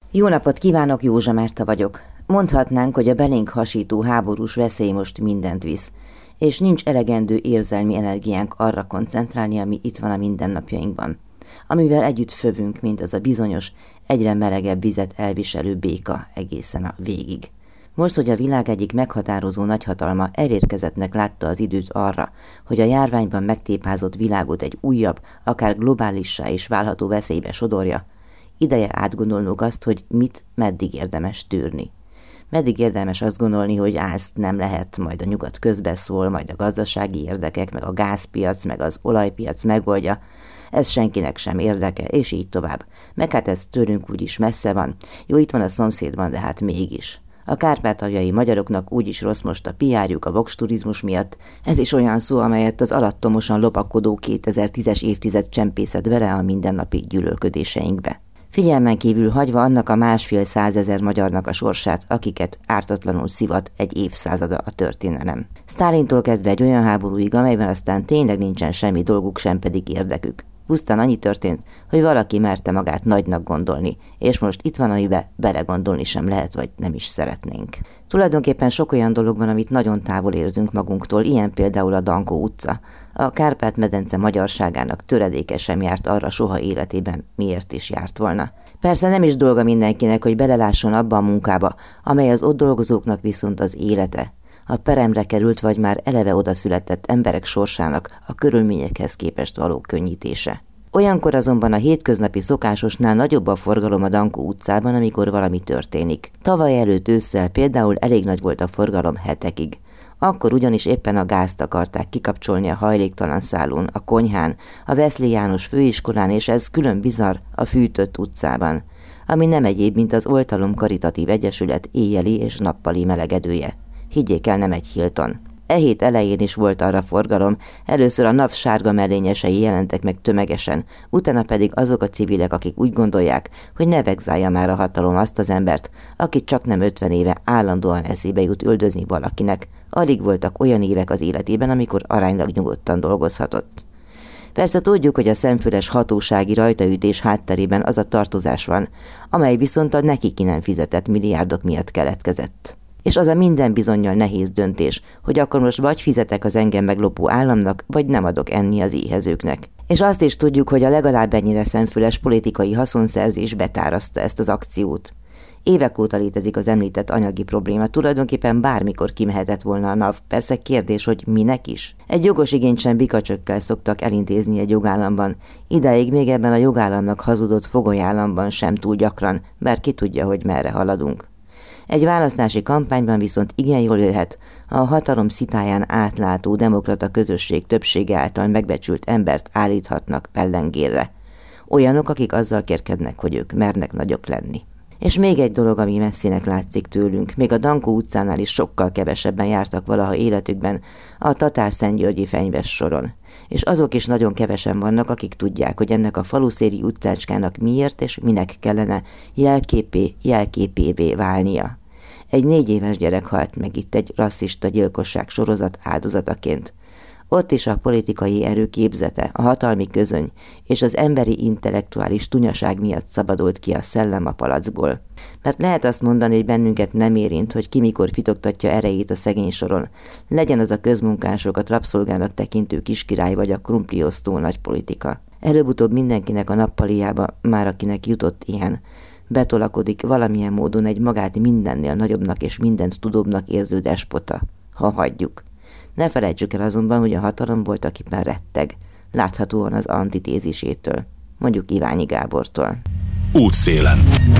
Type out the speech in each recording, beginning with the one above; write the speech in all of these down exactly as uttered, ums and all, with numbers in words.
Jó napot kívánok, Józsa Márta vagyok. Mondhatnánk, hogy a belénk hasító háborús veszély most mindent visz, és nincs elegendő érzelmi energiánk arra koncentrálni, ami itt van a mindennapjainkban, amivel együtt fövünk, mint az a bizonyos, egyre melegebb vizet elviselő béka egészen a végig. Most, hogy a világ egyik meghatározó nagyhatalma elérkezettnek látta az időt arra, hogy a járványban megtépázott világot egy újabb, akár globálissá is válható veszélybe sodorja, ideje átgondolnunk azt, hogy mit, meddig érdemes tűrni. Meddig érdemes azt gondolni, hogy ázt nem lehet, majd a nyugat közbeszól, majd a gazdasági érdekek, meg a gázpiac, meg az olajpiac megoldja. Ez senkinek sem érdeke, és így tovább. Meg hát ez tőlünk úgyis messze van. Jó, itt van a szomszédban, de hát mégis. A kárpátaljai magyaroknak úgyis rossz most a piárjuk a voksturizmus miatt. Ez is olyan szó, amelyet az alattomosan lopakodó kétezer-tízes évtized csempészett bele a mindennapi gyűlölködéseinkbe. Figyelmen kívül hagyva annak a másfél százezer magyarnak a sorsát, akiket ártatlanul szivat egy évszázada a történelem. Sztálintól kezdve egy olyan háborúig, amelyben aztán tényleg nincsen semmi dolguk, sem pedig érdekük. Pusztán annyi történt, hogy valaki merte magát nagynak gondolni, és most itt van, amibe belegondolni sem lehet, vagy nem is szeretnénk. Tulajdonképpen sok olyan dolog van, amit nagyon távol érzünk magunktól, ilyen például a Dankó utca. A Kárpát-medence magyarságának töredéke sem járt arra soha életében, miért is járt volna. Persze nem is dolga mindenkinek, hogy belelásson abba a munkába, amely az ott dolgozóknak viszont az élete. A peremre került vagy már eleve odaszületett emberek sorsának a körülményekhez képest való könnyítése. Olyankor azonban a hétköznapi szokásosnál nagyobb a forgalom a Dankó utcában, amikor valami történik. Tavaly előtt ősszel például elég nagy volt a forgalom hetekig. Akkor ugyanis éppen a gázt akarták kikapcsolni a hajléktalan szállón, a konyhán, a Veszli János főiskolán, és ez külön bizarr a Fűtött utcában, ami nem egyéb, mint az Oltalom Karitatív Egyesület éjjeli és nappali melegedője. Higgyék el, nem egy Hilton. E hét elején is volt arra forgalom, először a NAV sárga mellényesei jelentek meg tömegesen, utána pedig azok a civilek, akik úgy gondolják, hogy ne vegzálja már a hatalom azt az embert, akit csak nem ötven éve állandóan eszébe jut üldözni valakinek. Alig voltak olyan évek az életében, amikor aránylag nyugodtan dolgozhatott. Persze tudjuk, hogy a szemfüles hatósági rajtaütés hátterében az a tartozás van, amely viszont a neki ki nem fizetett milliárdok miatt keletkezett. És az a minden bizonnyal nehéz döntés, hogy akkor most vagy fizetek az engem meglopó államnak, vagy nem adok enni az éhezőknek. És azt is tudjuk, hogy a legalább ennyire szemfüles politikai haszonszerzés betáraszta ezt az akciót. Évek óta létezik az említett anyagi probléma, tulajdonképpen bármikor kimehetett volna a NAV, persze kérdés, hogy minek is. Egy jogos igényt sem bikacsökkel szoktak elintézni egy jogállamban, idáig még ebben a jogállamnak hazudott fogolyállamban sem túl gyakran, bár ki tudja, hogy merre haladunk. Egy választási kampányban viszont igen jól jöhet, a hatalom szitáján átlátó demokrata közösség többsége által megbecsült embert állíthatnak pellengérre. Olyanok, akik azzal kérkednek, hogy ők mernek nagyok lenni. És még egy dolog, ami messzinek látszik tőlünk, még a Dankó utcánál is sokkal kevesebben jártak valaha életükben a Tatár-Szentgyörgyi fenyves soron. És azok is nagyon kevesen vannak, akik tudják, hogy ennek a faluszéri utcácskának miért és minek kellene jelképé, jelképévé válnia. Egy négy éves gyerek halt meg itt egy rasszista gyilkosság sorozat áldozataként. Ott is a politikai erő képzete, a hatalmi közöny és az emberi intellektuális tunyaság miatt szabadult ki a szellem a palackból. Mert lehet azt mondani, hogy bennünket nem érint, hogy ki mikor fitoktatja erejét a szegény soron. Legyen az a közmunkásokat rabszolgának tekintő kiskirály vagy a krumpliosztó nagypolitika. Előbb-utóbb mindenkinek a nappaliába, már akinek jutott ilyen, betolakodik valamilyen módon egy magát mindennél nagyobbnak és mindent tudóbbnak érző despota, ha hagyjuk. Ne felejtsük el azonban, hogy a hatalom volt, akiben retteg, láthatóan az antitézisétől, mondjuk Iványi Gábortól. Útszélen.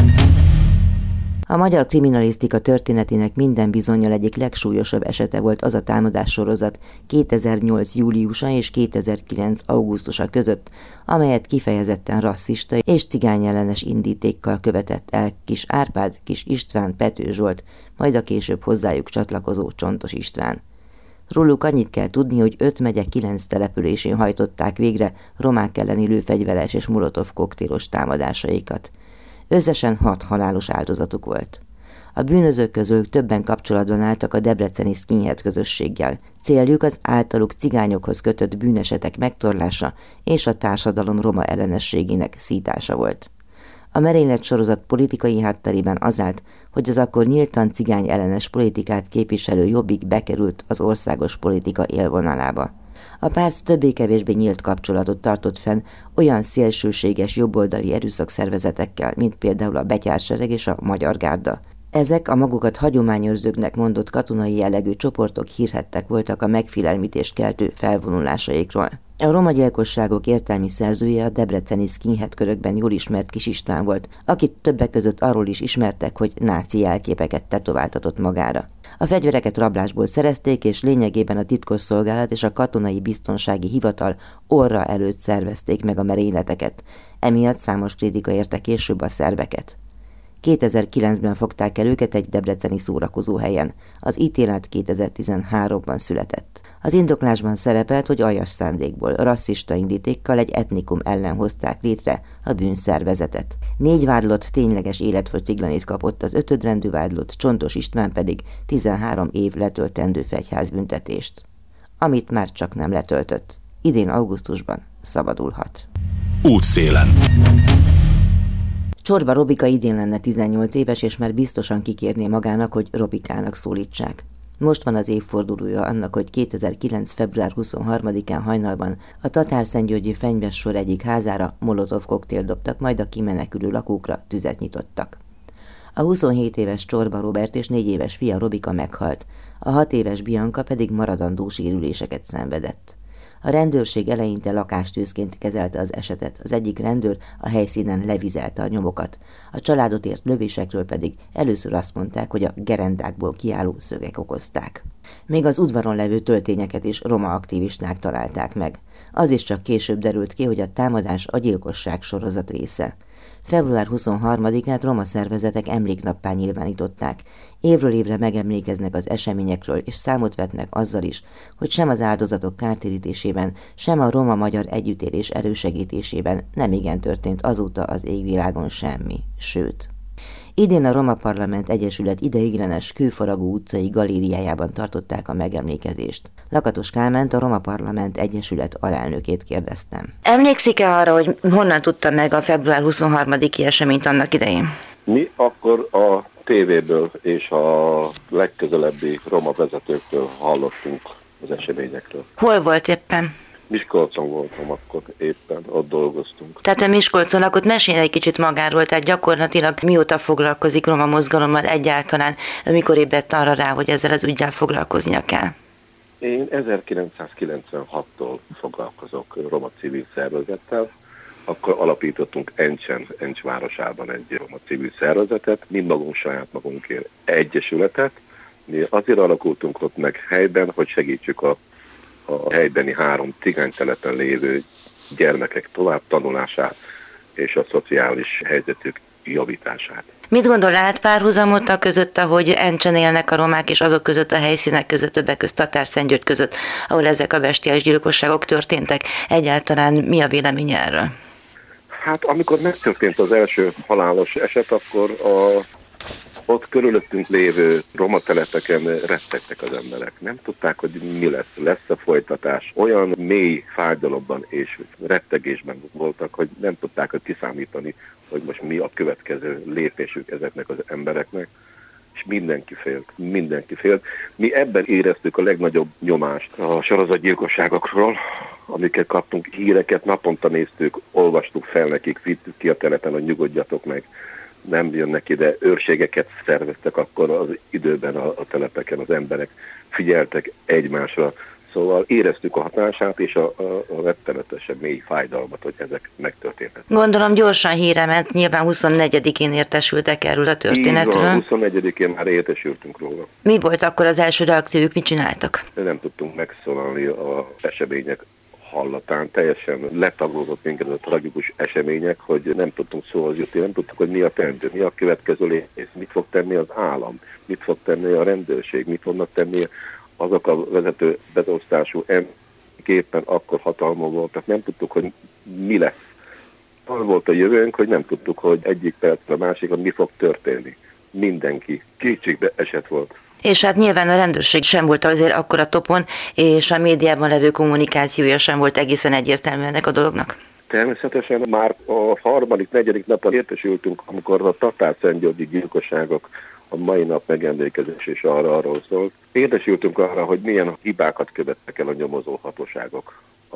A magyar kriminalisztika történetének minden bizonnyal egyik legsúlyosabb esete volt az a támadás sorozat kétezer-nyolc júliusa és kétezer-kilenc augusztusa között, amelyet kifejezetten rasszista és cigányellenes indítékkal követett el Kis Árpád, Kis István, Pető Zsolt, majd a később hozzájuk csatlakozó Csontos István. Róluk annyit kell tudni, hogy öt megye kilenc településén hajtották végre romák elleni lőfegyveres és molotov koktélos támadásaikat. Összesen hat halálos áldozatuk volt. A bűnözők közül többen kapcsolatban álltak a debreceni skinhead közösséggel. Céljuk az általuk cigányokhoz kötött bűnesetek megtorlása és a társadalom roma ellenességének szítása volt. A merénylet sorozat politikai hátterében az állt, hogy az akkor nyíltan cigány ellenes politikát képviselő Jobbik bekerült az országos politika élvonalába. A párt többé-kevésbé nyílt kapcsolatot tartott fenn olyan szélsőséges jobboldali erőszakszervezetekkel, mint például a Betyársereg és a Magyar Gárda. Ezek a magukat hagyományőrzőknek mondott katonai jellegű csoportok hírhedtek voltak a megfélelmítést keltő felvonulásaikról. A roma gyilkosságok értelmi szerzője a debreceni skinhead körökben jól ismert Kis István volt, akit többek között arról is ismertek, hogy náci jelképeket tetováltatott magára. A fegyvereket rablásból szerezték, és lényegében a titkosszolgálat és a katonai biztonsági hivatal orra előtt szervezték meg a merényleteket. Emiatt számos kritika érte később a szerveket. kétezer-kilencben fogták el őket egy debreceni szórakozóhelyen. Az ítélet kétezer-tizenháromban született. Az indoklásban szerepelt, hogy aljas szándékból, rasszista indítékkal egy etnikum ellen hozták létre a bűnszervezetet. Négy vádlott tényleges életfogytiglanit kapott, az ötödrendű vádlott Csontos István pedig tizenhárom év letöltendő fegyházbüntetést, amit már csak nem letöltött. Idén augusztusban szabadulhat. Útszélen. Csorba Robika idén lenne tizennyolc éves, és már biztosan kikérné magának, hogy Robikának szólítsák. Most van az évfordulója annak, hogy kétezer-kilenc. február huszonharmadikán hajnalban a Tatárszentgyörgyi Fenyves sor egyik házára molotov koktélt dobtak, majd a kimenekülő lakókra tüzet nyitottak. A huszonhét éves Csorba Robert és négy éves fia Robika meghalt, a hat éves Bianca pedig maradandó sérüléseket szenvedett. A rendőrség eleinte lakástűzként kezelte az esetet, az egyik rendőr a helyszínen levizelte a nyomokat. A családot ért lövésekről pedig először azt mondták, hogy a gerendákból kiálló szögek okozták. Még az udvaron levő töltényeket is roma aktivisták találták meg. Az is csak később derült ki, hogy a támadás a gyilkosság sorozat része. február huszonharmadikát roma szervezetek emléknappá nyilvánították. Évről évre megemlékeznek az eseményekről, és számot vetnek azzal is, hogy sem az áldozatok kártérítésében, sem a roma-magyar együttélés elősegítésében nem igen történt azóta az égvilágon semmi, sőt. Idén a Roma Parlament Egyesület ideiglenes Kőfaragó utcai galériájában tartották a megemlékezést. Lakatos Kálmánt, a Roma Parlament Egyesület alelnökét kérdeztem. Emlékszik-e arra, hogy honnan tudta meg a február huszonharmadiki eseményt annak idején? Mi akkor a tévéből és a legközelebbi roma vezetőktől hallottunk az eseményekről. Hol volt éppen? Miskolcon voltam akkor éppen, ott dolgoztunk. Tehát a Miskolcon lakott, mesélj egy kicsit magáról, tehát gyakorlatilag mióta foglalkozik roma mozgalommal egyáltalán, mikor ébredt arra rá, hogy ezzel az üggyel foglalkoznia kell? Én ezerkilencszázkilencvenhattól foglalkozok roma civil szervezettel, akkor alapítottunk Encsen, Encs városában egy roma civil szervezetet, mi magunk saját magunkért egyesületet. Mi azért alakultunk ott meg helyben, hogy segítsük a a helybeni három cigánytelepen lévő gyermekek tovább tanulását és a szociális helyzetük javítását. Mit gondol, lát párhuzamot a között, ahogy Encsen élnek a romák, és azok között a helyszínek között, többek között Tatárszentgyörgy között, ahol ezek a bestiális gyilkosságok történtek? Egyáltalán mi a vélemény erről? Hát amikor megtörtént az első halálos eset, akkor a ott körülöttünk lévő roma telepeken rettegtek az emberek. Nem tudták, hogy mi lesz, lesz-e folytatás. Olyan mély fájdalomban és rettegésben voltak, hogy nem tudták kiszámítani, hogy most mi a következő lépésük ezeknek az embereknek. És mindenki félt, mindenki félt. Mi ebben éreztük a legnagyobb nyomást a sorozatgyilkosságokról, amiket kaptunk, híreket naponta néztük, olvastuk fel nekik, vittük ki a telepen, hogy nyugodjatok meg. Nem jönnek ide, őrségeket szerveztek akkor az időben a, a telepeken, az emberek figyeltek egymásra, szóval éreztük a hatását és a, a, a rettenetesen mély fájdalmat, hogy ezek megtörténtek. Gondolom gyorsan híre ment, nyilván huszonnegyedikén értesültek erről a történetről. Igen, huszonnegyedikén már értesültünk róla. Mi volt akkor az első reakciójuk, mit csináltak? Nem tudtunk megszólalni az események hallatán, teljesen letaglózott minket a tragikus események, hogy nem tudtunk szóhoz jutni, nem tudtuk, hogy mi a teendő, mi a következő lépés, mit fog tenni az állam, mit fog tenni a rendőrség, mit fognak tenni azok a vezető beosztású emberek, éppen akkor hatalmon voltak, nem tudtuk, hogy mi lesz. Az volt a jövőnk, hogy nem tudtuk, hogy egyik percre a másikra mi fog történni. Mindenki kétségbe esett volt. És hát nyilván a rendőrség sem volt azért akkor a topon, és a médiában levő kommunikációja sem volt egészen egyértelmű ennek a dolognak. Természetesen már a harmadik, negyedik napon értesültünk, amikor a tatárszentgyörgyi gyilkosságok a mai nap megemlékezés és arra arról szól. Értesültünk arra, hogy milyen hibákat követtek el a nyomozó hatóságok a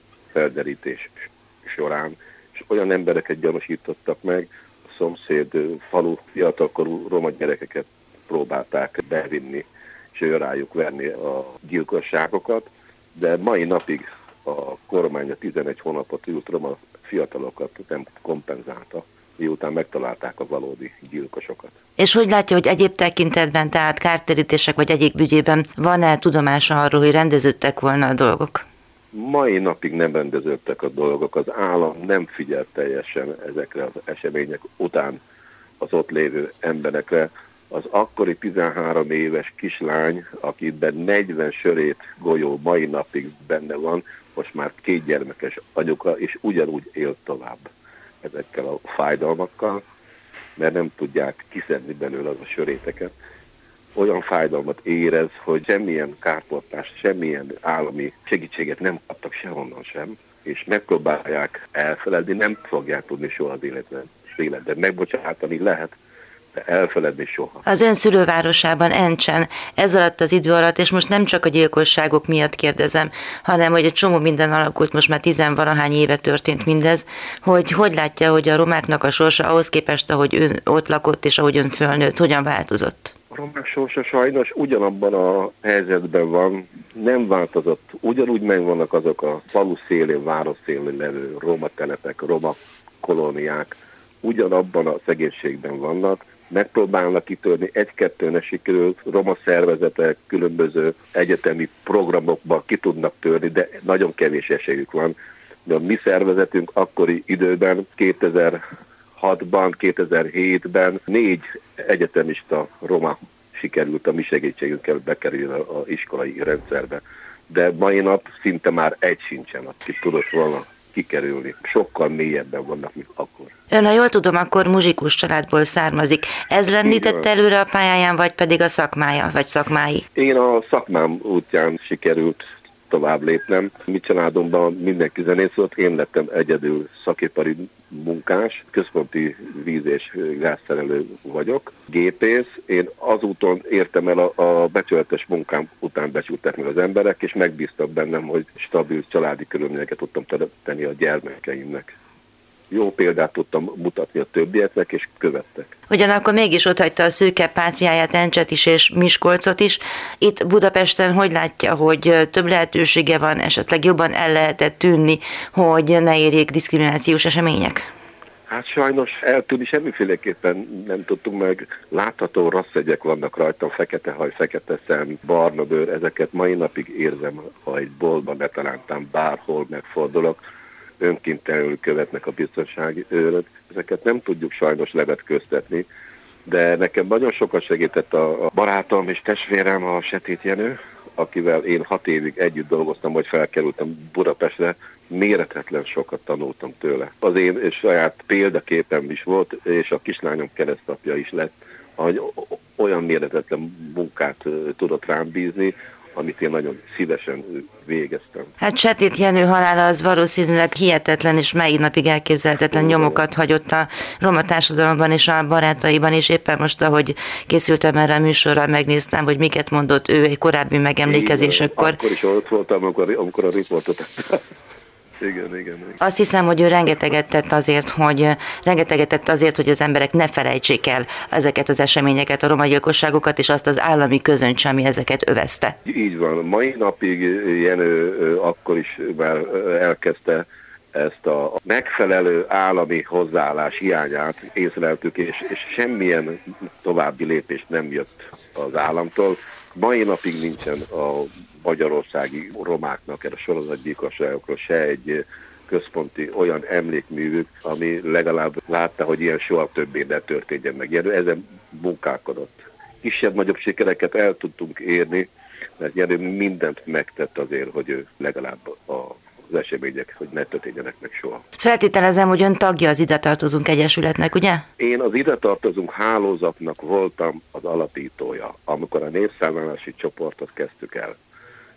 felderítés során, és olyan embereket gyanúsítottak meg, a szomszéd falu fiatalkorú roma gyerekeket próbálták bevinni, és rájuk verni a gyilkosságokat, de mai napig a kormány a tizenegy hónapot ült roma fiatalokat nem kompenzálta, miután megtalálták a valódi gyilkosokat. És hogy látja, hogy egyéb tekintetben, tehát kártérítések vagy egyéb ügyében van-e tudomása arról, hogy rendeződtek volna a dolgok? Mai napig nem rendeződtek a dolgok, az állam nem figyelt teljesen ezekre az események után az ott lévő emberekre. Az akkori tizenhárom éves kislány, akiben negyven sörét golyó mai napig benne van, most már két gyermekes anyuka, és ugyanúgy él tovább ezekkel a fájdalmakkal, mert nem tudják kiszedni belőle az a söréteket. Olyan fájdalmat érez, hogy semmilyen kárpótlást, semmilyen állami segítséget nem kaptak sehonnan sem, és megpróbálják elfeledni, nem fogják tudni soha az életben, életben megbocsátani lehet, de elfeledni soha. Az ön szülővárosában, Encsen, ez alatt az idő alatt, és most nem csak a gyilkosságok miatt kérdezem, hanem hogy egy csomó minden alakult, most már tizenvalahány éve történt mindez, hogy hogy látja, hogy a romáknak a sorsa ahhoz képest, ahogy ön ott lakott és ahogy ön fölnőtt, hogyan változott? A romák sorsa sajnos ugyanabban a helyzetben van, nem változott. Ugyanúgy megvannak azok a falu szélén, város szélén levő roma telepek, roma kolóniák, ugyanabban a szegénységben vannak, megpróbálnak kitörni, egy-kettő ne sikerül, roma szervezetek különböző egyetemi programokban ki tudnak törni, de nagyon kevés esélyük van. De a mi szervezetünk akkori időben, kétezer-hatban, kétezer-hétben négy egyetemista roma sikerült a mi segítségünkkel bekerülni az iskolai rendszerbe. De mai nap szinte már egy sincsen, aki tudott volna kikerülni. Sokkal mélyebben vannak, mint akkor. Ön, ha jól tudom, akkor muzsikus családból származik. Ez lendített előre a pályáján, vagy pedig a szakmája, vagy szakmái? Én a szakmám útján sikerült tovább lépnem. Mi családomban mindenki zenész volt, én lettem egyedül szakipari munkás, központi víz- és gázszerelő vagyok, gépész. Én azúton értem el a, a becsületes munkám után becsültek meg az emberek, és megbíztak bennem, hogy stabil családi körülményeket tudtam tenni a gyermekeimnek. Jó példát tudtam mutatni a többieknek, és követtek. Ugyanakkor mégis otthagyta a szőke pátriáját, Encset is és Miskolcot is. Itt Budapesten hogy látja, hogy több lehetősége van, esetleg jobban el lehetett tűnni, hogy ne érjék diszkriminációs események? Hát sajnos eltűnni semmiféleképpen nem tudtunk meg. Látható rasszjegyek vannak rajtam, fekete haj, fekete szem, barna bőr, ezeket mai napig érzem, ha egy boltban betalántám, bárhol megfordulok. Önkéntelenül követnek a biztonsági őrök. Ezeket nem tudjuk sajnos levetköztetni, de nekem nagyon sokat segített a barátom és testvérem, a Setét Jenő, akivel én hat évig együtt dolgoztam, hogy felkerültem Budapestre, méretetlen sokat tanultam tőle. Az én saját példaképem is volt, és a kislányom keresztapja is lett, hogy olyan méretetlen munkát tudott rám bízni, amit én nagyon szívesen végeztem. Hát Setét Jenő halála az valószínűleg hihetetlen és mai napig elképzelhetetlen nyomokat hagyott a roma társadalomban és a barátaiban, és éppen most, ahogy készültem erre a műsorra, megnéztem, hogy miket mondott ő egy korábbi megemlékezésekor. Akkor is ott voltam, amikor, amikor a riportot. Igen, igen, igen. Azt hiszem, hogy ő rengeteget tett azért, hogy rengeteget tett azért, hogy az emberek ne felejtsék el ezeket az eseményeket, a roma gyilkosságokat, és azt az állami közönyt, ami ezeket övezte. Így van. Mai napig Jenő akkor is már elkezdte ezt a megfelelő állami hozzáállás hiányát észleltük, és, és semmilyen további lépés nem jött az államtól. Mai napig nincsen a magyarországi romáknak erre a sorozatgyilkosságokról se egy központi olyan emlékművük, ami legalább látta, hogy ilyen soha többé ne történjen meg. Jenő ezen munkálkodott. Kisebb-nagyobb sikereket el tudtunk érni, mert Jenő mindent megtett azért, hogy ő legalább a az események, hogy ne történjenek meg soha. Feltételezem, hogy ön tagja az Ide tartozunk egyesületnek, ugye? Én az Ide tartozunk hálózatnak voltam az alapítója, amikor a népszámlálási csoportot kezdtük el.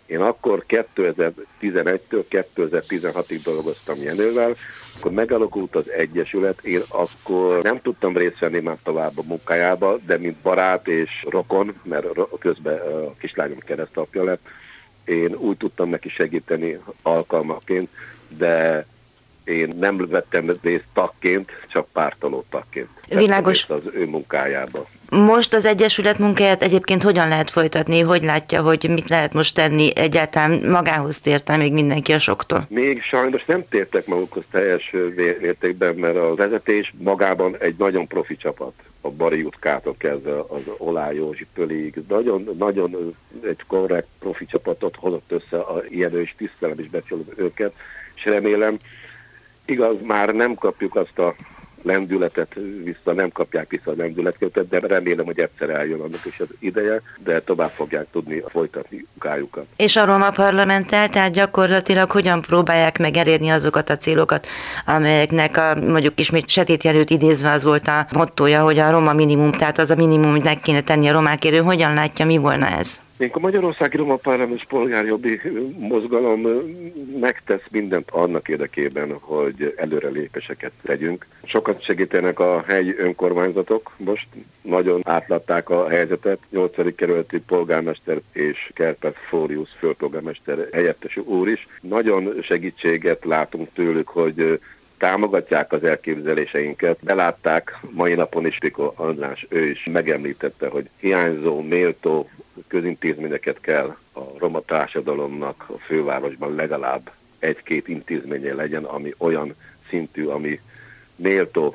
Én akkor kétezer-tizenegytől kétezer-tizenhatig dolgoztam Jenővel, akkor megalakult az Egyesület, én akkor nem tudtam részt venni már tovább a munkájába, de mint barát és rokon, mert közben a kislányom keresztapja lett, én úgy tudtam neki segíteni alkalmaként, de én nem vettem részt tagként, csak pártoló tagként. Világos. Az ő munkájába. Most az Egyesület munkáját egyébként hogyan lehet folytatni? Hogy látja, hogy mit lehet most tenni? Egyáltalán magához térte még mindenki a soktól? Még sajnos nem tértek magukhoz teljes mértékben, mert a vezetés magában egy nagyon profi csapat. A Bari Jutkától kezdve az Olá Józsi Pölig. Nagyon, nagyon egy korrekt profi csapatot hozott össze a Jenő, és tisztelem is beszélem őket, és remélem, igaz, már nem kapjuk azt a lendületet vissza, nem kapják vissza a lendületet, de remélem, hogy egyszer eljön annak is az ideje, de tovább fogják tudni folytatni munkájukat. És a Roma Parlamenttel, tehát gyakorlatilag hogyan próbálják meg elérni azokat a célokat, amelyeknek a, mondjuk ismét Setétjelőt idézve az volt a mottója, hogy a roma minimum, tehát az a minimum, hogy meg kéne tenni a romákért, hogyan látja, mi volna ez? A Magyarországi Roma Parlaments polgárjobbi mozgalom megtesz mindent annak érdekében, hogy előrelépéseket tegyünk. Sokat segítenek a helyi önkormányzatok, most nagyon átlátták a helyzetet. nyolcadik kerületi polgármester és Kerpet Flórius főpolgármester helyettes úr is. Nagyon segítséget látunk tőlük, hogy támogatják az elképzeléseinket. Belátták mai napon is, Piko András, ő is megemlítette, hogy hiányzó, méltó közintézményeket kell a roma társadalomnak a fővárosban legalább egy-két intézménye legyen, ami olyan szintű, ami méltó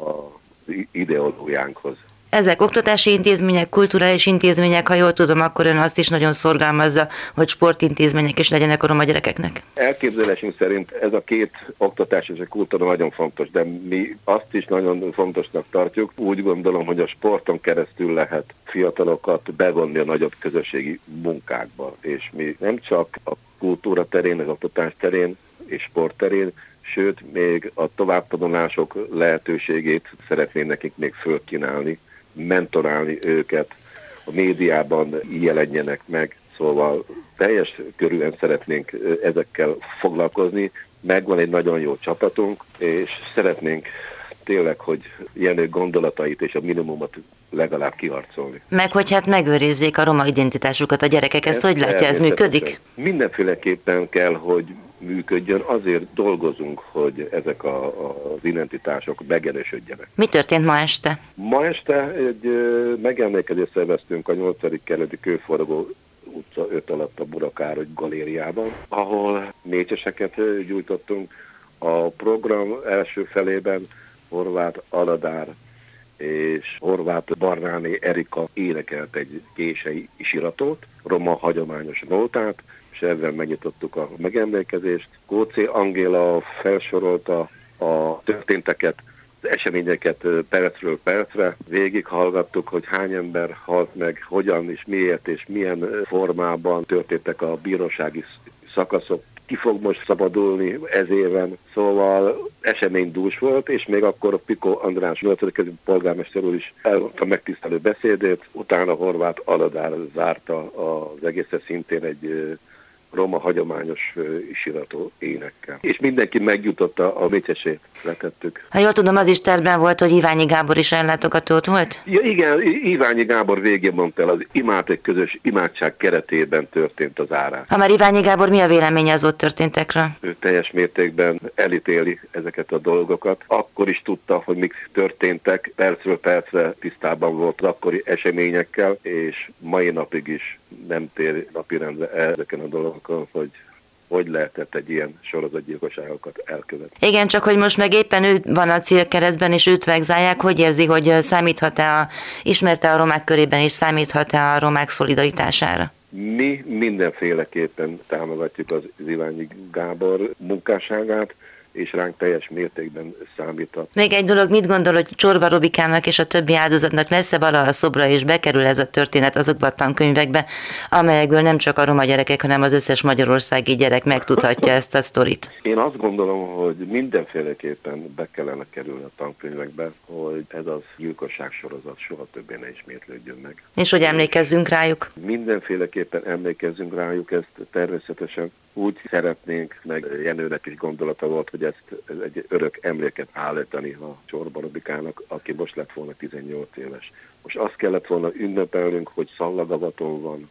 az ideológiánkhoz. Ezek oktatási intézmények, kulturális intézmények, ha jól tudom, akkor ön azt is nagyon szorgalmazza, hogy sportintézmények is legyenek a roma gyerekeknek. Elképzelésünk szerint ez a két oktatás és a kultúra nagyon fontos, de mi azt is nagyon fontosnak tartjuk. Úgy gondolom, hogy a sporton keresztül lehet fiatalokat bevonni a nagyobb közösségi munkákba, és mi nem csak a kultúra terén, az oktatás terén és sport terén, sőt, még a továbbtanulások lehetőségét szeretnénk nekik még fölkínálni, mentorálni őket, a médiában jelenjenek meg, szóval teljes körülön szeretnénk ezekkel foglalkozni, megvan egy nagyon jó csapatunk, és szeretnénk tényleg, hogy Jenő gondolatait és a minimumot legalább kiharcolni. Meg hogy hát megőrizzék a roma identitásukat a gyerekek, ezt ez hogy látja, ez működik? Mindenféleképpen kell, hogy működjön, azért dolgozunk, hogy ezek a, a, az identitások megerősödjenek. Mi történt ma este? Ma este egy megemlékezést szerveztünk a nyolcadik kerületi Kőforgó utca öt alatt a Burakároly galériában, ahol mécseseket gyújtottunk. A program első felében Horváth Aladár és Horváth Barnáné Erika énekelt egy kései isiratot, roma hagyományos nótát, és ezzel megnyitottuk a megemlékezést. Kócé Angéla felsorolta a történteket, az eseményeket percről percre. Végighallgattuk, hogy hány ember halt meg, hogyan és miért és milyen formában történtek a bírósági szakaszok, ki fog most szabadulni ez éven. Szóval eseménydús volt, és még akkor a Piko András nyolcadik kerületi polgármester úr is elmondta megtisztelő beszédét, utána Horváth Aladár zárta az egészet szintén egy roma hagyományos isirató énekkel. És mindenki megjutotta a mécsesét, letettük. Ha jól tudom, az is tervben volt, hogy Iványi Gábor is ellátogatott volt? Ja, igen, Iványi Gábor végén mondta el, az imád egy közös imádság keretében történt az árás. Ha már Iványi Gábor, mi a véleménye az ott történtekről? Ő teljes mértékben elítéli ezeket a dolgokat. Akkor is tudta, hogy mik történtek, percről percre tisztában volt az akkori eseményekkel, és mai napig is nem tér napirendre ezeken a dolgokon, hogy hogy lehetett egy ilyen sorozatgyilkosságokat elkövetni. Igen, csak hogy most meg éppen ő van a célkeresztben, és őt vegzálják, hogy érzi, hogy számíthat-e, a, ismerte a romák körében, és számíthat-e a romák szolidaritására? Mi mindenféleképpen támogatjuk az Iványi Gábor munkásságát, és ránk teljes mértékben számíthat. Még egy dolog, mit gondol, hogy Csorba Robikának és a többi áldozatnak lesz-e valaha szobra, és bekerül ez a történet azokba a tankönyvekbe, amelyekből nem csak a roma gyerekek, hanem az összes magyarországi gyerek megtudhatja ezt a sztorit? Én azt gondolom, hogy mindenféleképpen be kellene kerülni a tankönyvekbe, hogy ez az gyilkosság sorozat soha többé ne ismétlődjön meg. És hogy emlékezzünk rájuk? Mindenféleképpen emlékezzünk rájuk, ezt természetesen úgy szeretnénk, meg Jenőnek is gondolata volt, hogy ezt egy örök emléket állítani a Csorba Robikának, aki most lett volna tizennyolc éves. Most azt kellett volna ünnepelnünk, hogy szallagavaton van,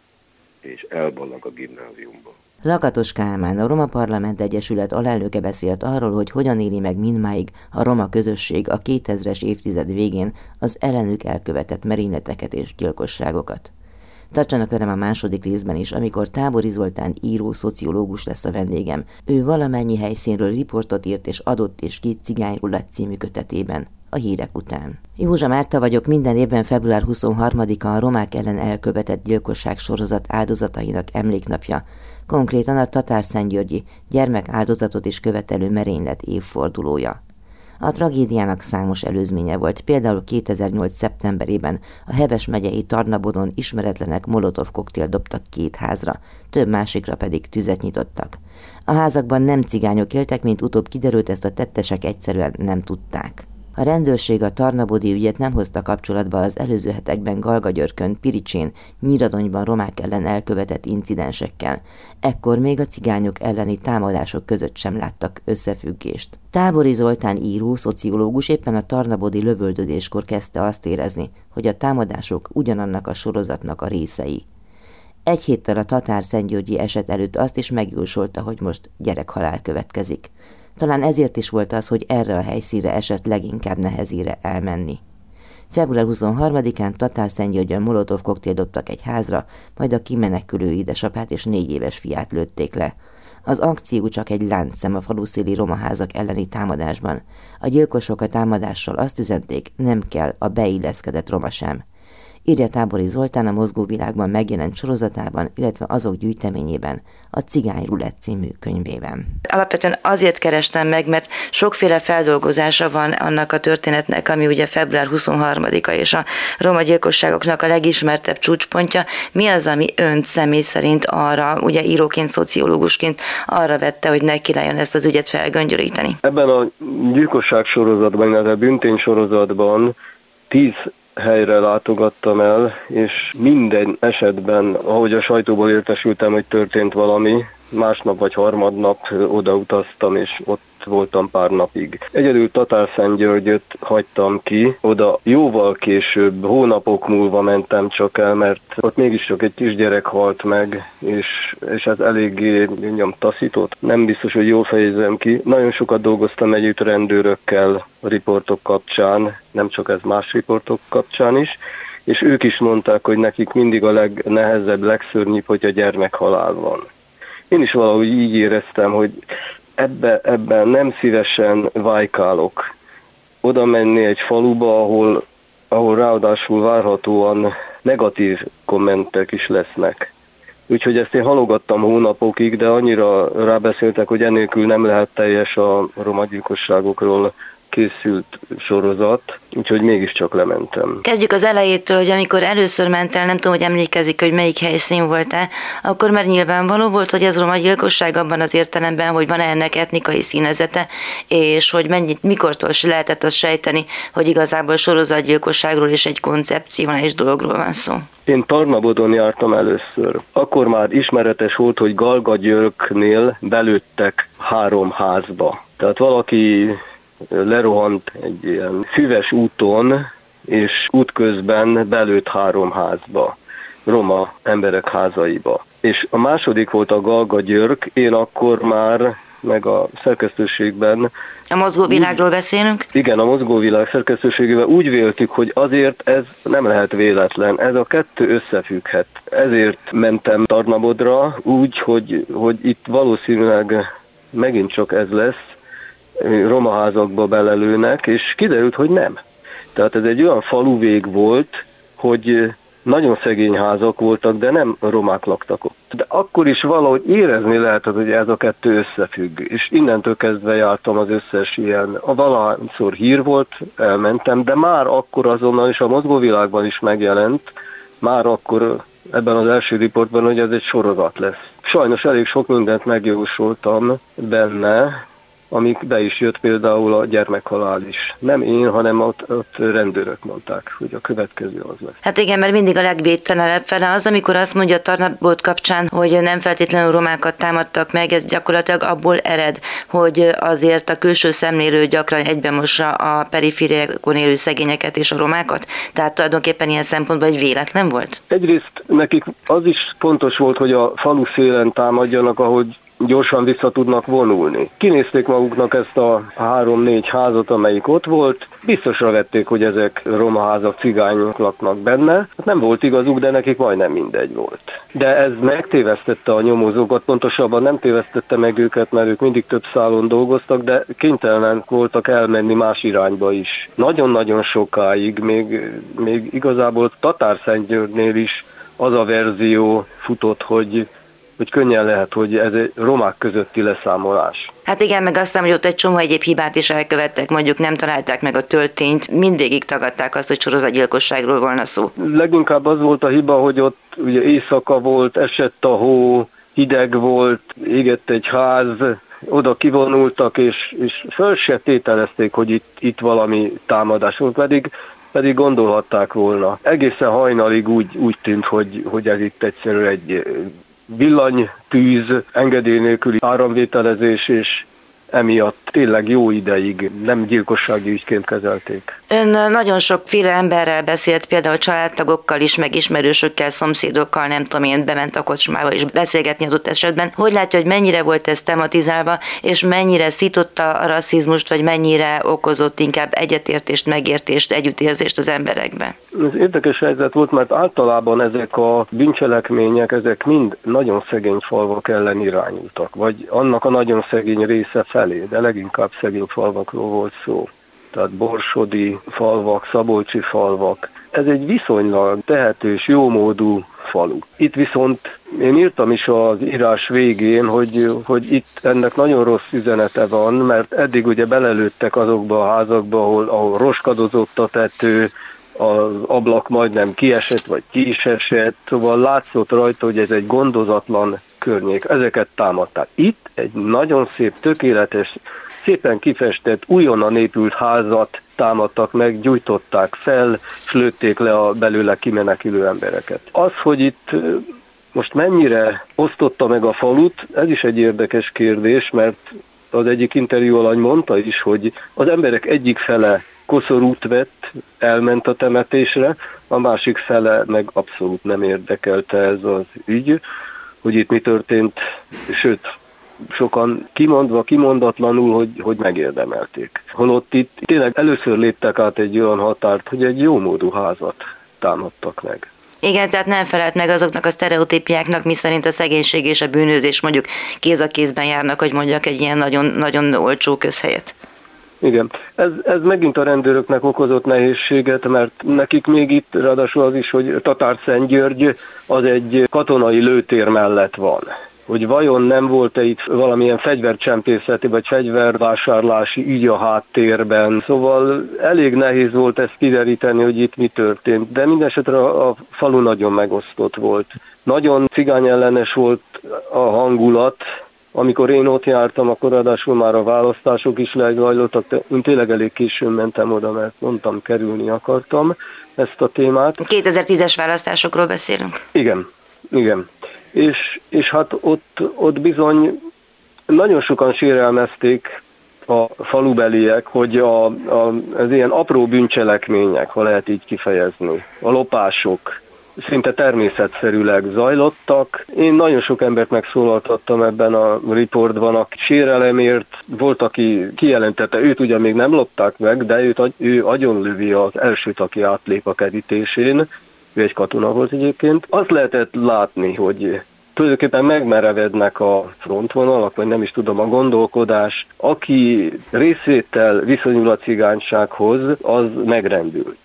és elballag a gimnáziumban. Lakatos Kálmán, a Roma Parlament Egyesület alelnöke beszélt arról, hogy hogyan éli meg mindmáig a roma közösség a kétezres évtized végén az ellenük elkövetett merényleteket és gyilkosságokat. Tartsanak velem a második részben is, amikor Tábori Zoltán író, szociológus lesz a vendégem. Ő valamennyi helyszínről riportot írt és adott és ki Cigányrullett című kötetében, a hírek után. Józsa Márta vagyok, minden évben február huszonharmadika a romák ellen elkövetett gyilkosság sorozat áldozatainak emléknapja, konkrétan a tatárszentgyörgyi gyermekáldozatot is követelő merénylet évfordulója. A tragédiának számos előzménye volt, például kétezer-nyolc szeptemberében a Heves megyei Tarnabodon ismeretlenek molotov koktél dobtak két házra, több másikra pedig tüzet nyitottak. A házakban nem cigányok éltek, mint utóbb kiderült, ezt a tettesek egyszerűen nem tudták. A rendőrség a tarnabodi ügyet nem hozta kapcsolatba az előző hetekben Galgagyörkön, Piricsén, Nyíradonyban romák ellen elkövetett incidensekkel. Ekkor még a cigányok elleni támadások között sem láttak összefüggést. Tábori Zoltán író, szociológus éppen a tarnabodi lövöldözéskor kezdte azt érezni, hogy a támadások ugyanannak a sorozatnak a részei. Egy héttel a tatárszentgyörgyi eset előtt azt is megjósolta, hogy most gyerekhalál következik. Talán ezért is volt az, hogy erre a helyszínre esett leginkább nehezére elmenni. február huszonharmadikán Tatárszentgyörgyön molotov koktél dobtak egy házra, majd a kimenekülő édesapát és négy éves fiát lőtték le. Az akció csak egy láncszem a faluszéli romaházak elleni támadásban. A gyilkosok a támadással azt üzenték, nem kell a beilleszkedett roma sem. Írja Tábori Zoltán a Mozgóvilágban megjelent sorozatában, illetve azok gyűjteményében, a Cigányrullett című könyvében. Alapvetően azért kerestem meg, mert sokféle feldolgozása van annak a történetnek, ami ugye február huszonharmadika és a roma gyilkosságoknak a legismertebb csúcspontja. Mi az, ami önt személy szerint arra, ugye íróként, szociológusként arra vette, hogy neki legyen ezt az ügyet felgöngyölíteni? Ebben a gyilkosság sorozatban, illetve büntény sorozatban tíz helyre látogattam el, és minden esetben, ahogy a sajtóból értesültem, hogy történt valami, másnap vagy harmadnap odautaztam, és ott voltam pár napig. Egyedül Tatárszentgyörgyöt hagytam ki, oda jóval később, hónapok múlva mentem csak el, mert ott mégiscsak egy kisgyerek halt meg, és, és ez eléggé mondjam, taszított. Nem biztos, hogy jól fejezem ki. Nagyon sokat dolgoztam együtt rendőrökkel a riportok kapcsán, nem csak ez, más riportok kapcsán is, és ők is mondták, hogy nekik mindig a legnehezebb, legszörnyűbb, hogy a gyermekhalál van. Én is valahogy így éreztem, hogy ebbe, ebben nem szívesen vájkálok. Oda menni egy faluba, ahol, ahol ráadásul várhatóan negatív kommentek is lesznek. Úgyhogy ezt én halogattam hónapokig, de annyira rábeszéltek, hogy ennélkül nem lehet teljes a roma gyilkosságokról készült sorozat, úgyhogy mégiscsak lementem. Kezdjük az elejétől, hogy amikor először ment el, nem tudom, hogy emlékezik, hogy melyik helyszín volt-e, akkor már nyilvánvaló volt, hogy ez roma gyilkosság abban az értelemben, hogy van-e ennek etnikai színezete, és hogy mennyit, mikortól lehetett azt sejteni, hogy igazából sorozatgyilkosságról és egy koncepcionális dologról van szó. Én Tarnabodon jártam először. Akkor már ismeretes volt, hogy Galgagyörknél belőttek három házba. Tehát valaki lerohant egy ilyen füves úton, és útközben belőtt három házba, roma emberek házaiba. És a második volt a Galgagyörk, én akkor már, meg a szerkesztőségben... A Mozgóvilágról úgy, beszélünk? Igen, a Mozgóvilág szerkesztőségében úgy véltük, hogy azért ez nem lehet véletlen, ez a kettő összefügghet. Ezért mentem Tarnabodra úgy, hogy, hogy itt valószínűleg megint csak ez lesz, romaházakba belelőnek, és kiderült, hogy nem. Tehát ez egy olyan faluvég volt, hogy nagyon szegény házak voltak, de nem romák laktak ott. De akkor is valahogy érezni lehetett, hogy ez a kettő összefügg, és innentől kezdve jártam az összes ilyen, a valahányszor hír volt, elmentem, de már akkor azonnal is a mozgóvilágban is megjelent, már akkor ebben az első riportban, hogy ez egy sorozat lesz. Sajnos elég sok mindent megjósoltam benne, amik be is jött, például a gyermekhalál is. Nem én, hanem ott, ott rendőrök mondták, hogy a következő az lesz. Hát igen, mert mindig a legvédtelenebb fele az, amikor azt mondja a Tarnabot kapcsán, hogy nem feltétlenül romákat támadtak meg, ez gyakorlatilag abból ered, hogy azért a külső szemlélő gyakran egybemossa a perifériákon élő szegényeket és a romákat. Tehát tulajdonképpen ilyen szempontból egy véletlen volt? Egyrészt nekik az is fontos volt, hogy a falu szélen támadjanak, ahogy gyorsan vissza tudnak vonulni. Kinézték maguknak ezt a három-négy házat, amelyik ott volt, biztosra vették, hogy ezek roma házak, cigányok laknak benne. Hát nem volt igazuk, de nekik majdnem mindegy volt. De ez megtévesztette a nyomozókat, pontosabban nem tévesztette meg őket, mert ők mindig több szálon dolgoztak, de kénytelenek voltak elmenni más irányba is. Nagyon-nagyon sokáig, még, még igazából Tatárszentgyörgynél is az a verzió futott, hogy hogy könnyen lehet, hogy ez egy romák közötti leszámolás. Hát igen, meg aztán, hogy ott egy csomó egyéb hibát is elkövettek, mondjuk nem találták meg a töltényt, mindvégig tagadták azt, hogy sorozatgyilkosságról volna szó. Leginkább az volt a hiba, hogy ott ugye éjszaka volt, esett a hó, hideg volt, égett egy ház, oda kivonultak, és, és föl se tételezték, hogy itt, itt valami támadás volt, pedig pedig gondolhatták volna. Egészen hajnalig úgy, úgy tűnt, hogy, hogy ez itt egyszerűen egy villanytűz, engedély nélküli áramvételezés, és emiatt tényleg jó ideig nem gyilkossági ügyként kezelték. Ön nagyon sokféle emberrel beszélt, például családtagokkal is, meg ismerősökkel, szomszédokkal, nem tudom én, bement a kocsmába és beszélgetni adott esetben. Hogy látja, hogy mennyire volt ez tematizálva, és mennyire szította a rasszizmust, vagy mennyire okozott inkább egyetértést, megértést, együttérzést az emberekbe? Ez érdekes helyzet volt, mert általában ezek a bűncselekmények, ezek mind nagyon szegény falvak ellen irányultak, vagy annak a nagyon szegény része felé, de leginkább szegény falvakról volt szó. Tehát borsodi falvak, szabolcsi falvak. Ez egy viszonylag tehetős, jómódú falu. Itt viszont én írtam is az írás végén, hogy, hogy itt ennek nagyon rossz üzenete van, mert eddig ugye belelőttek azokba a házakba, ahol, ahol roskadozott a tető, az ablak majdnem kiesett, vagy ki is esett, szóval látszott rajta, hogy ez egy gondozatlan környék. Ezeket támadták. Itt egy nagyon szép, tökéletes, szépen kifestett, újonnan épült házat támadtak meg, gyújtották fel, és lőtték le a belőle kimenekülő embereket. Az, hogy itt most mennyire osztotta meg a falut, ez is egy érdekes kérdés, mert az egyik interjú alany mondta is, hogy az emberek egyik fele koszorút vett, elment a temetésre, a másik fele meg abszolút nem érdekelte ez az ügy, hogy itt mi történt, sőt, sokan kimondva, kimondatlanul, hogy, hogy megérdemelték. Holott itt tényleg először léptek át egy olyan határt, hogy egy jómódú házat támadtak meg. Igen, tehát nem felelt meg azoknak a sztereotípiáknak, miszerint a szegénység és a bűnözés mondjuk kéz a kézben járnak, hogy mondjak egy ilyen nagyon, nagyon olcsó közhelyet. Igen, ez, ez megint a rendőröknek okozott nehézséget, mert nekik még itt ráadásul az is, hogy Tatárszentgyörgy az egy katonai lőtér mellett van. Hogy vajon nem volt-e itt valamilyen fegyvercsempészeti vagy fegyvervásárlási ügy a háttérben. Szóval elég nehéz volt ezt kideríteni, hogy itt mi történt. De mindesetre a falu nagyon megosztott volt. Nagyon cigányellenes volt a hangulat. Amikor én ott jártam, akkor ráadásul már a választások is lezajlottak, de én tényleg elég későn mentem oda, mert mondtam, kerülni akartam ezt a témát. kétezer-tízes választásokról beszélünk? Igen, igen. És, és hát ott, ott bizony nagyon sokan sérelmezték a falubeliek, hogy a, a, az ilyen apró bűncselekmények, ha lehet így kifejezni, a lopások szinte természetszerűleg zajlottak. Én nagyon sok embert megszólaltattam ebben a riportban, aki sérelemért volt, aki kijelentette, őt ugyan még nem lopták meg, de őt, ő agyonlövi az elsőt, aki átlép a kerítésén. Ő egy katona volt egyébként. Azt lehetett látni, hogy tulajdonképpen megmerevednek a frontvonalak, vagy nem is tudom, a gondolkodás. Aki részvétel viszonyul a cigánysághoz, az megrendült.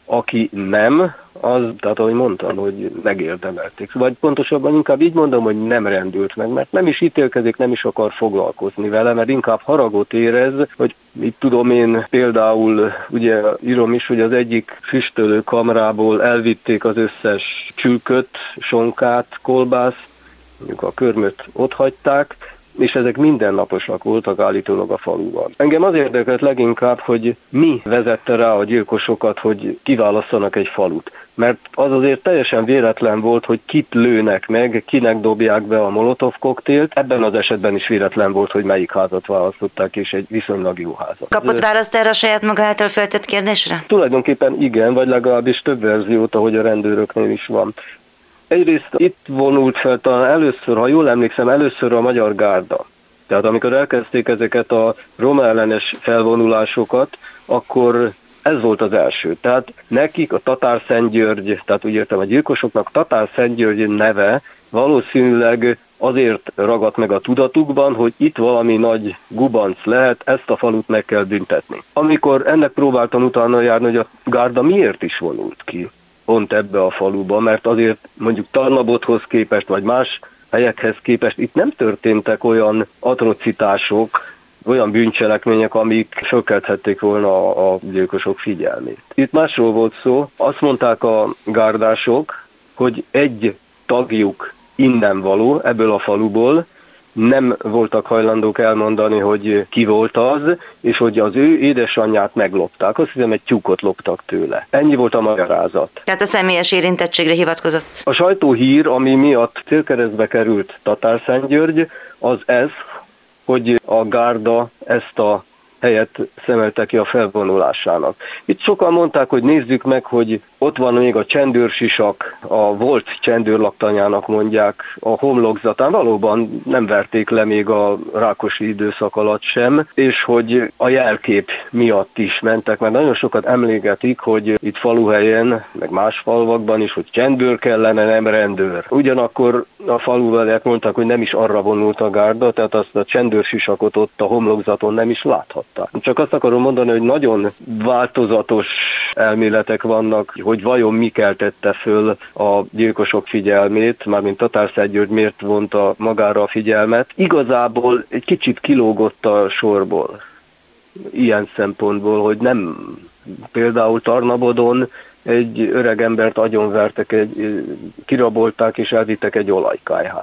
Aki nem, az, tehát ahogy mondtam, hogy megérdemelték. Vagy pontosabban inkább így mondom, hogy nem rendült meg, mert nem is ítélkezik, nem is akar foglalkozni vele, mert inkább haragot érez, hogy mit tudom én, például ugye írom is, hogy az egyik füstölő kamrából elvitték az összes csülköt, sonkát, kolbászt, mondjuk a körmöt ott hagyták, és ezek mindennaposak voltak állítólag a faluban. Engem az érdekelt leginkább, hogy mi vezette rá a gyilkosokat, hogy kiválasszanak egy falut. Mert az azért teljesen véletlen volt, hogy kit lőnek meg, kinek dobják be a molotov koktélt. Ebben az esetben is véletlen volt, hogy melyik házat választották, és egy viszonylag jó házat. Kapott választ erre a saját maga által feltett kérdésre? Tulajdonképpen igen, vagy legalábbis több verziót, ahogy a rendőröknél is van. Egyrészt itt vonult fel talán először, ha jól emlékszem, először a Magyar Gárda. Tehát amikor elkezdték ezeket a roma ellenes felvonulásokat, akkor ez volt az első. Tehát nekik a Tatárszentgyörgy, tehát úgy értem a gyilkosoknak Tatárszentgyörgy neve valószínűleg azért ragadt meg a tudatukban, hogy itt valami nagy gubanc lehet, ezt a falut meg kell büntetni. Amikor ennek próbáltam utána járni, hogy a Gárda miért is vonult ki pont ebbe a faluba, mert azért mondjuk Tarnabothoz képest, vagy más helyekhez képest itt nem történtek olyan atrocitások, olyan bűncselekmények, amik fölkelthették volna a, a gyilkosok figyelmét. Itt másról volt szó, azt mondták a gárdások, hogy egy tagjuk innen való, ebből a faluból, nem voltak hajlandók elmondani, hogy ki volt az, és hogy az ő édesanyját meglopták. Azt hiszem, egy tyúkot loptak tőle. Ennyi volt a magyarázat. Tehát a személyes érintettségre hivatkozott. A sajtóhír, ami miatt célkeresztbe került Tatárszentgyörgy, az ez, hogy a Gárda ezt a helyet szemelte ki a felvonulásának. Itt sokan mondták, hogy nézzük meg, hogy ott van még a csendőrsisak, a volt csendőrlaktanyának mondják a homlokzatán, valóban nem verték le még a Rákosi időszak alatt sem, és hogy a jelkép miatt is mentek, mert nagyon sokat emlégetik, hogy itt faluhelyen, meg más falvakban is, hogy csendőr kellene, nem rendőr. Ugyanakkor a faluveliek mondtak, hogy nem is arra vonult a Gárda, tehát azt a csendőrsisakot ott a homlokzaton nem is láthatták. Csak azt akarom mondani, hogy nagyon változatos elméletek vannak, hogy vajon mi keltette föl a gyilkosok figyelmét, mármint Tatárszentgyörgy miért vonta magára a figyelmet. Igazából egy kicsit kilógott a sorból, ilyen szempontból, hogy nem például Tarnabodon egy öreg embert agyonvertek, egy, kirabolták és elvittek egy olajkályhát.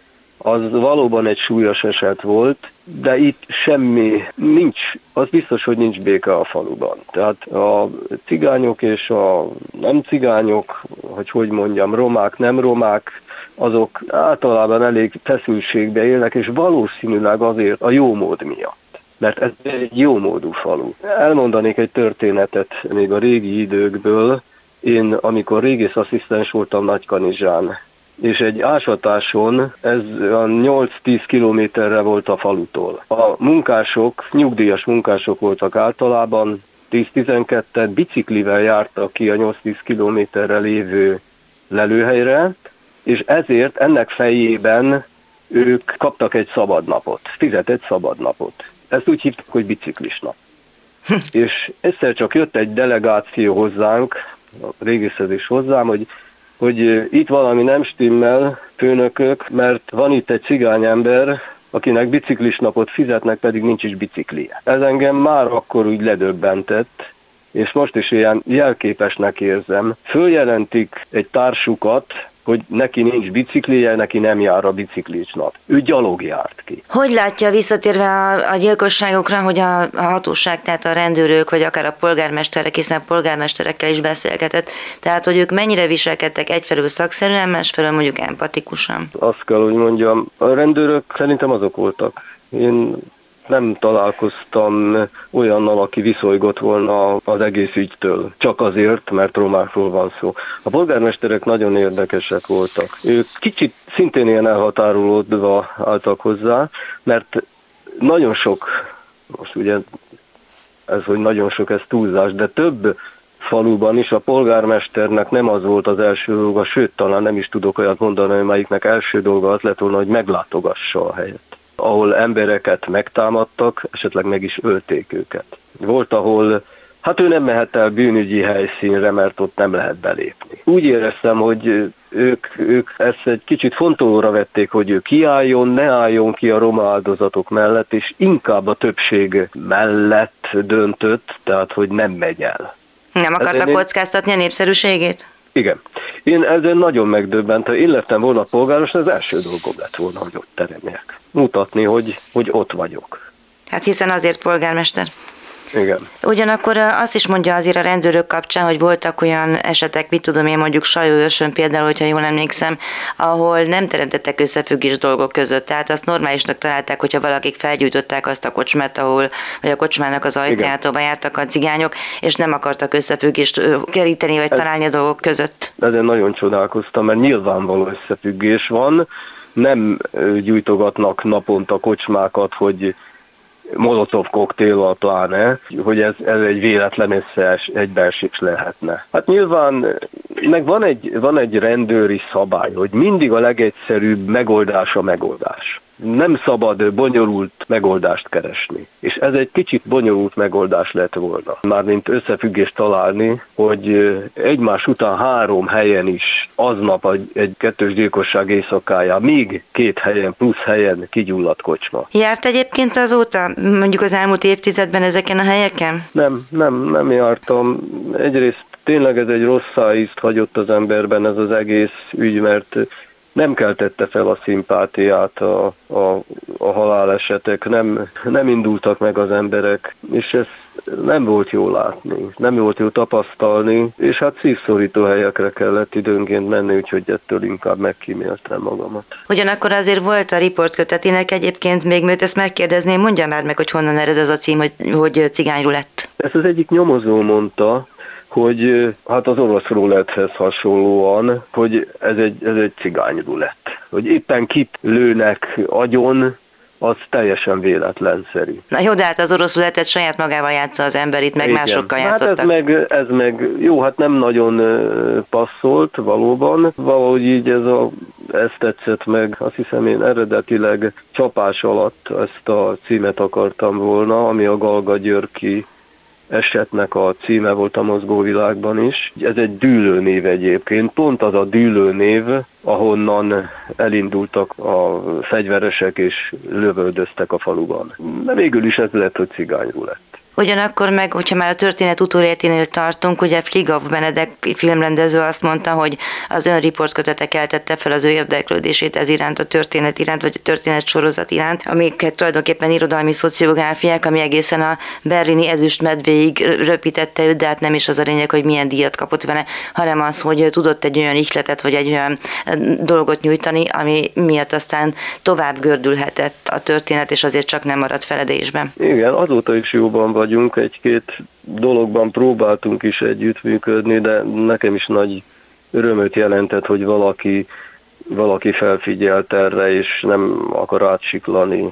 Az valóban egy súlyos eset volt, de itt semmi nincs, az biztos, hogy nincs béke a faluban. Tehát a cigányok és a nem cigányok, hogy hogy mondjam, romák, nem romák, azok általában elég feszültségbe élnek, és valószínűleg azért a jómód miatt. Mert ez egy jómódú falu. Elmondanék egy történetet még a régi időkből. Én, amikor régészasszisztens voltam Nagykanizsán, és egy ásatáson, ez nyolc-tíz kilométerre volt a falutól. A munkások, nyugdíjas munkások voltak általában, tíz-tizenketten biciklivel jártak ki a nyolc-tíz kilométerre lévő lelőhelyre, és ezért ennek fejében ők kaptak egy szabadnapot, fizetett szabadnapot. Ezt úgy hívták, hogy biciklis nap. És egyszer csak jött egy delegáció hozzánk, a régészhez is hozzám, hogy hogy itt valami nem stimmel, főnökök, mert van itt egy cigányember, akinek biciklis napot fizetnek, pedig nincs is biciklije. Ez engem már akkor úgy ledöbbentett, és most is ilyen jelképesnek érzem. Följelentik egy társukat, hogy neki nincs biciklije, neki nem jár a biciklis nap. Ő gyalog járt ki. Hogy látja visszatérve a, a gyilkosságokra, hogy a, a hatóság, tehát a rendőrök, vagy akár a polgármesterek, hiszen polgármesterekkel is beszélgetett, tehát hogy ők mennyire viselkedtek egyfelől szakszerűen, másfelől mondjuk empatikusan? Azt kell, hogy mondjam, a rendőrök szerintem azok voltak. Én nem találkoztam olyannal, aki viszolygott volna az egész ügytől. Csak azért, mert romákról van szó. A polgármesterek nagyon érdekesek voltak. Ők kicsit szintén ilyen elhatárolódva álltak hozzá, mert nagyon sok, most ugye ez, hogy nagyon sok, ez túlzás, de több faluban is a polgármesternek nem az volt az első dolga, sőt, talán nem is tudok olyat mondani, hogy melyiknek első dolga az lett volna, hogy meglátogassa a helyet, ahol embereket megtámadtak, esetleg meg is ölték őket. Volt, ahol Hát ő nem mehet el bűnügyi helyszínre, mert ott nem lehet belépni. Úgy éreztem, hogy ők, ők ezt egy kicsit fontolóra vették, hogy ő kiálljon, ne álljon ki a roma áldozatok mellett, és inkább a többség mellett döntött, tehát hogy nem megy el. Nem akarta kockáztatni a népszerűségét? Igen. Én ezen nagyon megdöbbent, ha én lettem volna polgáros, az első dolgom lett volna, hogy ott teremjek. Mutatni, hogy, hogy ott vagyok. Hát hiszen azért polgármester. Igen. Ugyanakkor azt is mondja azért a rendőrök kapcsán, hogy voltak olyan esetek, mit tudom én, mondjuk Sajóőrsön például, hogyha jól emlékszem, ahol nem teremtettek összefüggés dolgok között. Tehát azt normálisnak találták, hogyha valakik felgyújtották azt a kocsmát, ahol, vagy a kocsmának az ajtaját, ahol jártak a cigányok, és nem akartak összefüggést keríteni, vagy ez, találni a dolgok között. Ezen nagyon csodálkoztam, mert nyilvánvaló összefüggés van. Nem gyújtogatnak naponta kocsmákat, hogy molotov koktéllal pláne, hogy ez, ez egy véletlen összees, egybeesés lehetne. Hát nyilván meg van egy, van egy rendőri szabály, hogy mindig a legegyszerűbb megoldás a megoldás. Nem szabad bonyolult megoldást keresni. És ez egy kicsit bonyolult megoldás lett volna. Mármint összefüggést találni, hogy egymás után három helyen is aznap egy kettős gyilkosság éjszakáján, még két helyen, plusz helyen kigyulladt kocsma. Járt egyébként azóta, mondjuk az elmúlt évtizedben ezeken a helyeken? Nem, nem, nem jártam. Egyrészt tényleg ez egy rossz szájízt hagyott az emberben ez az egész ügy, mert nem keltette fel a szimpátiát a, a, a halálesetek, nem, nem indultak meg az emberek, és ez nem volt jó látni, nem volt jó tapasztalni, és hát szívszorító helyekre kellett időnként menni, úgyhogy ettől inkább megkíméltem magamat. Ugyanakkor azért volt a riportkötetének egyébként, még mert ezt megkérdezném, mondja már meg, hogy honnan ered ez a cím, hogy, hogy cigányrulett. Ezt az egyik nyomozó mondta, hogy hát az orosz ruletthez hasonlóan, hogy ez egy, ez egy cigányrulett. Hogy éppen kit lőnek agyon, az teljesen véletlenszerű. Na jó, de hát az orosz rulettet saját magával játsza az ember, itt meg igen, másokkal játszottak. Hát ez meg, ez meg, jó, hát nem nagyon passzolt valóban. Valahogy így ez, a, ez tetszett meg, azt hiszem én eredetileg csapás alatt ezt a címet akartam volna, ami a Galga Györki esetnek a címe volt a mozgóvilágban is. Ez egy dűlőnév egyébként, pont az a dűlőnév, ahonnan elindultak a fegyveresek és lövöldöztek a faluban. De végül is ez lett, hogy cigányrulett. Ugyanakkor meg, hogyha már a történet utóléténél tartunk, ugye Fligov Benedek filmrendező azt mondta, hogy az ön riportkötete keltette fel az ő érdeklődését ez iránt, a történet iránt, vagy a történet sorozat iránt, amiket tulajdonképpen irodalmi szociográfiák, ami egészen a berlini ezüstmedvéig röpítette őt, de hát nem is az a lényeg, hogy milyen díjat kapott vele, hanem az, hogy tudott egy olyan ihletet, vagy egy olyan dolgot nyújtani, ami miatt aztán tovább gördülhetett a történet, és azért csak nem maradt feledésben. Igen, azóta is jóban vagy. Egy-két dologban próbáltunk is együttműködni, de nekem is nagy örömöt jelentett, hogy valaki, valaki felfigyelt erre, és nem akar átsiklani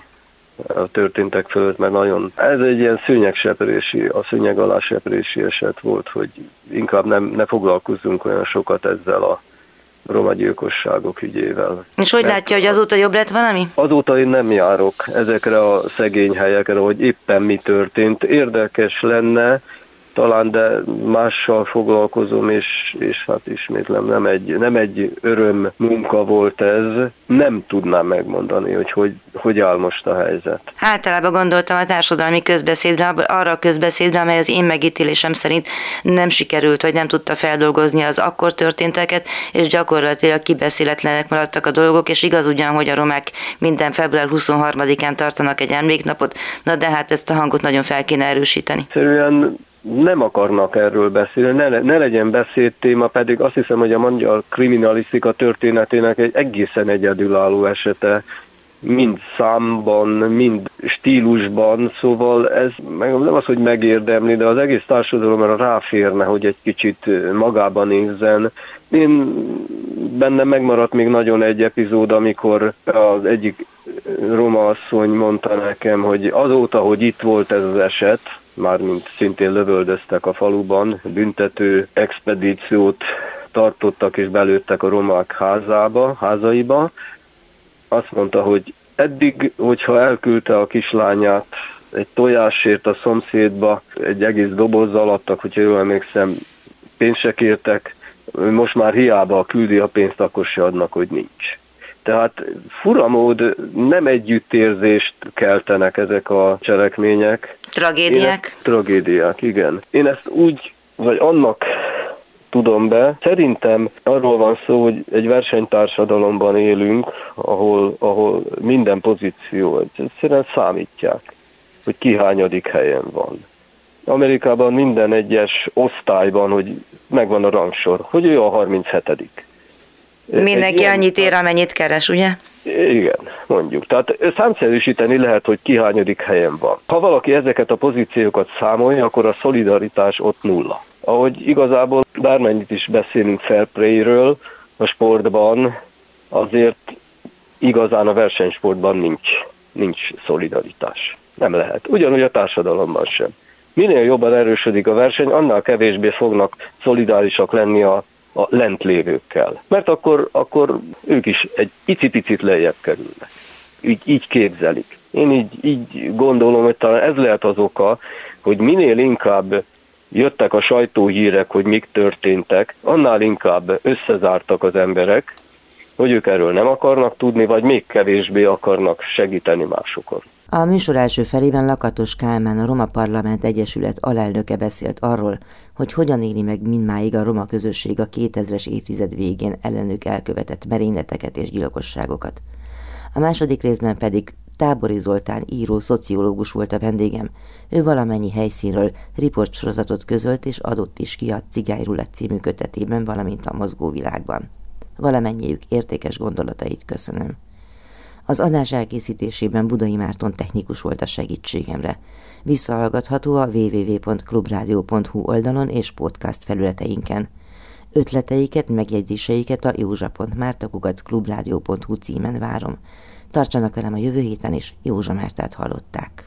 a történtek fölött, mert nagyon... Ez egy ilyen szőnyegseprési, a szőnyeg alá seprési eset volt, hogy inkább nem, ne foglalkozzunk olyan sokat ezzel a roma gyilkosságok ügyével. És hogy mert látja, hogy azóta jobb lett valami? Azóta én nem járok ezekre a szegény helyekre, hogy éppen mi történt. Érdekes lenne, talán, de mással foglalkozom, és, és hát ismétlem, nem egy, nem egy öröm munka volt ez. Nem tudnám megmondani, hogy, hogy hogy áll most a helyzet. Általában gondoltam a társadalmi közbeszédre, arra a közbeszédre, amely az én megítélésem szerint nem sikerült, vagy nem tudta feldolgozni az akkor történteket, és gyakorlatilag kibeszéletlenek maradtak a dolgok, és igaz ugyan, hogy a romák minden február huszonharmadikán tartanak egy emléknapot, na de hát ezt a hangot nagyon fel kéne erősíteni. Szerűen nem akarnak erről beszélni, ne, ne legyen beszédtéma, pedig azt hiszem, hogy a magyar kriminalisztika történetének egy egészen egyedülálló esete, mind számban, mind stílusban, szóval ez nem az, hogy megérdemli, de az egész társadalomra ráférne, hogy egy kicsit magában nézzen. Én bennem megmaradt még nagyon egy epizód, amikor az egyik roma asszony mondta nekem, hogy azóta, hogy itt volt ez az eset, mármint szintén lövöldöztek a faluban, büntető expedíciót tartottak és belőttek a romák házába, házaiba. Azt mondta, hogy eddig, hogyha elküldte a kislányát egy tojásért a szomszédba egy egész dobozzal adtak, hogyha jól emlékszem, pénzt se kértek, most már hiába küldi a pénzt, akkor se adnak, hogy nincs. Tehát furamód nem együttérzést keltenek ezek a cselekmények. Tragédiák? Ezt, tragédiák, igen. Én ezt úgy, vagy annak tudom be, szerintem arról van szó, hogy egy versenytársadalomban élünk, ahol, ahol minden pozíció egyszerűen számítják, hogy ki hányadik helyen van. Amerikában minden egyes osztályban, hogy megvan a rangsor, hogy ő a harminchetedik Mindenki ilyen, annyit ér, amennyit keres, ugye? Igen, mondjuk. Tehát számszerűsíteni lehet, hogy ki hányadik helyen van. Ha valaki ezeket a pozíciókat számolja, akkor a szolidaritás ott nulla. Ahogy igazából bármennyit is beszélünk fair play-ről a sportban, azért igazán a versenysportban nincs, nincs szolidaritás. Nem lehet. Ugyanúgy a társadalomban sem. Minél jobban erősödik a verseny, annál kevésbé fognak szolidárisak lenni a a lent lévőkkel. Mert akkor, akkor ők is egy icipicit lejjebb kerülnek. Így, így képzelik. Én így, így gondolom, hogy talán ez lehet az oka, hogy minél inkább jöttek a sajtóhírek, hogy mik történtek, annál inkább összezártak az emberek, hogy ők erről nem akarnak tudni, vagy még kevésbé akarnak segíteni másokon. A műsor első felében Lakatos Kálmán, a Roma Parlament Egyesület alelnöke beszélt arról, hogy hogyan éli meg mindmáig a roma közösség a kétezres évtized végén ellenük elkövetett merényleteket és gyilkosságokat. A második részben pedig Tábori Zoltán író, szociológus volt a vendégem. Ő valamennyi helyszínről riportsorozatot közölt és adott is ki a Cigányrulett című kötetében, valamint a Mozgóvilágban. Valamennyiük értékes gondolatait köszönöm. Az adás elkészítésében Budai Márton technikus volt a segítségemre. Visszahallgatható a double-u double-u double-u pont klubrádió pont hu oldalon és podcast felületeinken. Ötleteiket, megjegyzéseiket a józsa pont márta kukac klubrádió pont hu címen várom. Tartsanak velem a jövő héten is, Józsa Mártát hallották.